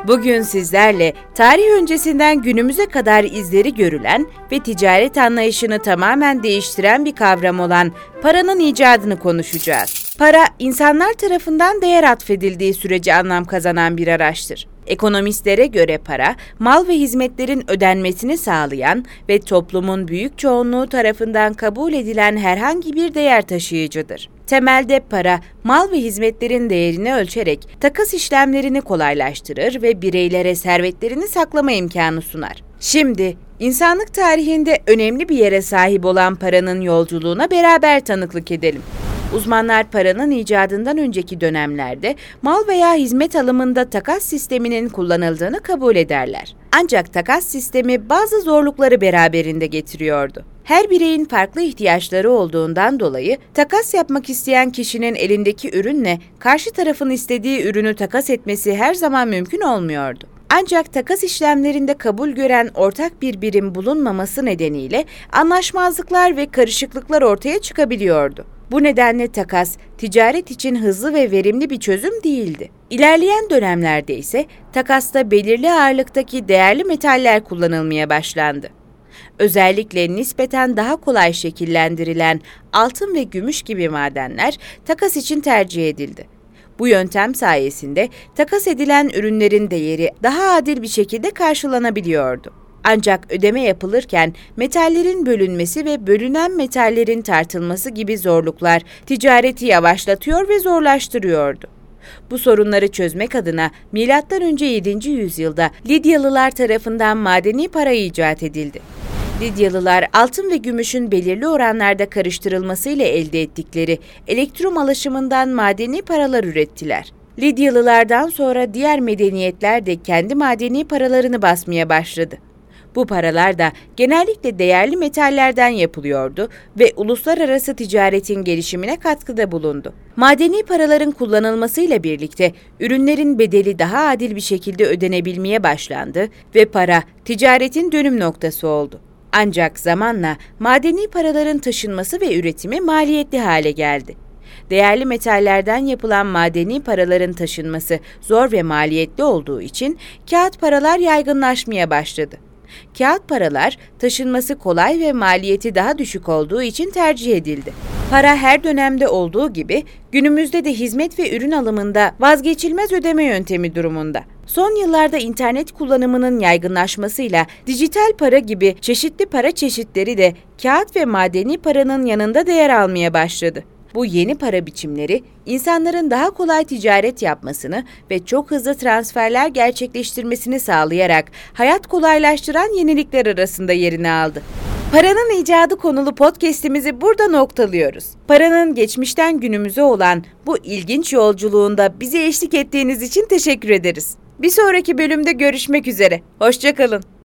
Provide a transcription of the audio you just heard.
Bugün sizlerle tarih öncesinden günümüze kadar izleri görülen ve ticaret anlayışını tamamen değiştiren bir kavram olan paranın icadını konuşacağız. Para, insanlar tarafından değer atfedildiği sürece anlam kazanan bir araçtır. Ekonomistlere göre para, mal ve hizmetlerin ödenmesini sağlayan ve toplumun büyük çoğunluğu tarafından kabul edilen herhangi bir değer taşıyıcıdır. Temelde para, mal ve hizmetlerin değerini ölçerek takas işlemlerini kolaylaştırır ve bireylere servetlerini saklama imkanı sunar. Şimdi, insanlık tarihinde önemli bir yere sahip olan paranın yolculuğuna beraber tanıklık edelim. Uzmanlar paranın icadından önceki dönemlerde mal veya hizmet alımında takas sisteminin kullanıldığını kabul ederler. Ancak takas sistemi bazı zorlukları beraberinde getiriyordu. Her bireyin farklı ihtiyaçları olduğundan dolayı takas yapmak isteyen kişinin elindeki ürünle karşı tarafın istediği ürünü takas etmesi her zaman mümkün olmuyordu. Ancak takas işlemlerinde kabul gören ortak bir birim bulunmaması nedeniyle anlaşmazlıklar ve karışıklıklar ortaya çıkabiliyordu. Bu nedenle takas, ticaret için hızlı ve verimli bir çözüm değildi. İlerleyen dönemlerde ise takasta belirli ağırlıktaki değerli metaller kullanılmaya başlandı. Özellikle nispeten daha kolay şekillendirilen altın ve gümüş gibi madenler takas için tercih edildi. Bu yöntem sayesinde takas edilen ürünlerin değeri daha adil bir şekilde karşılanabiliyordu. Ancak ödeme yapılırken metallerin bölünmesi ve bölünen metallerin tartılması gibi zorluklar ticareti yavaşlatıyor ve zorlaştırıyordu. Bu sorunları çözmek adına M.Ö. 7. yüzyılda Lidyalılar tarafından madeni para icat edildi. Lidyalılar altın ve gümüşün belirli oranlarda karıştırılmasıyla elde ettikleri elektrum alaşımından madeni paralar ürettiler. Lidyalılardan sonra diğer medeniyetler de kendi madeni paralarını basmaya başladı. Bu paralar da genellikle değerli metallerden yapılıyordu ve uluslararası ticaretin gelişimine katkıda bulundu. Madeni paraların kullanılmasıyla birlikte ürünlerin bedeli daha adil bir şekilde ödenebilmeye başlandı ve para ticaretin dönüm noktası oldu. Ancak zamanla madeni paraların taşınması ve üretimi maliyetli hale geldi. Değerli metallerden yapılan madeni paraların taşınması zor ve maliyetli olduğu için kağıt paralar yaygınlaşmaya başladı. Kağıt paralar taşınması kolay ve maliyeti daha düşük olduğu için tercih edildi. Para her dönemde olduğu gibi günümüzde de hizmet ve ürün alımında vazgeçilmez ödeme yöntemi durumunda. Son yıllarda internet kullanımının yaygınlaşmasıyla dijital para gibi çeşitli para çeşitleri de kağıt ve madeni paranın yanında değer almaya başladı. Bu yeni para biçimleri, insanların daha kolay ticaret yapmasını ve çok hızlı transferler gerçekleştirmesini sağlayarak hayat kolaylaştıran yenilikler arasında yerini aldı. Paranın icadı konulu podcast'imizi burada noktalıyoruz. Paranın geçmişten günümüze olan bu ilginç yolculuğunda bize eşlik ettiğiniz için teşekkür ederiz. Bir sonraki bölümde görüşmek üzere. Hoşça kalın.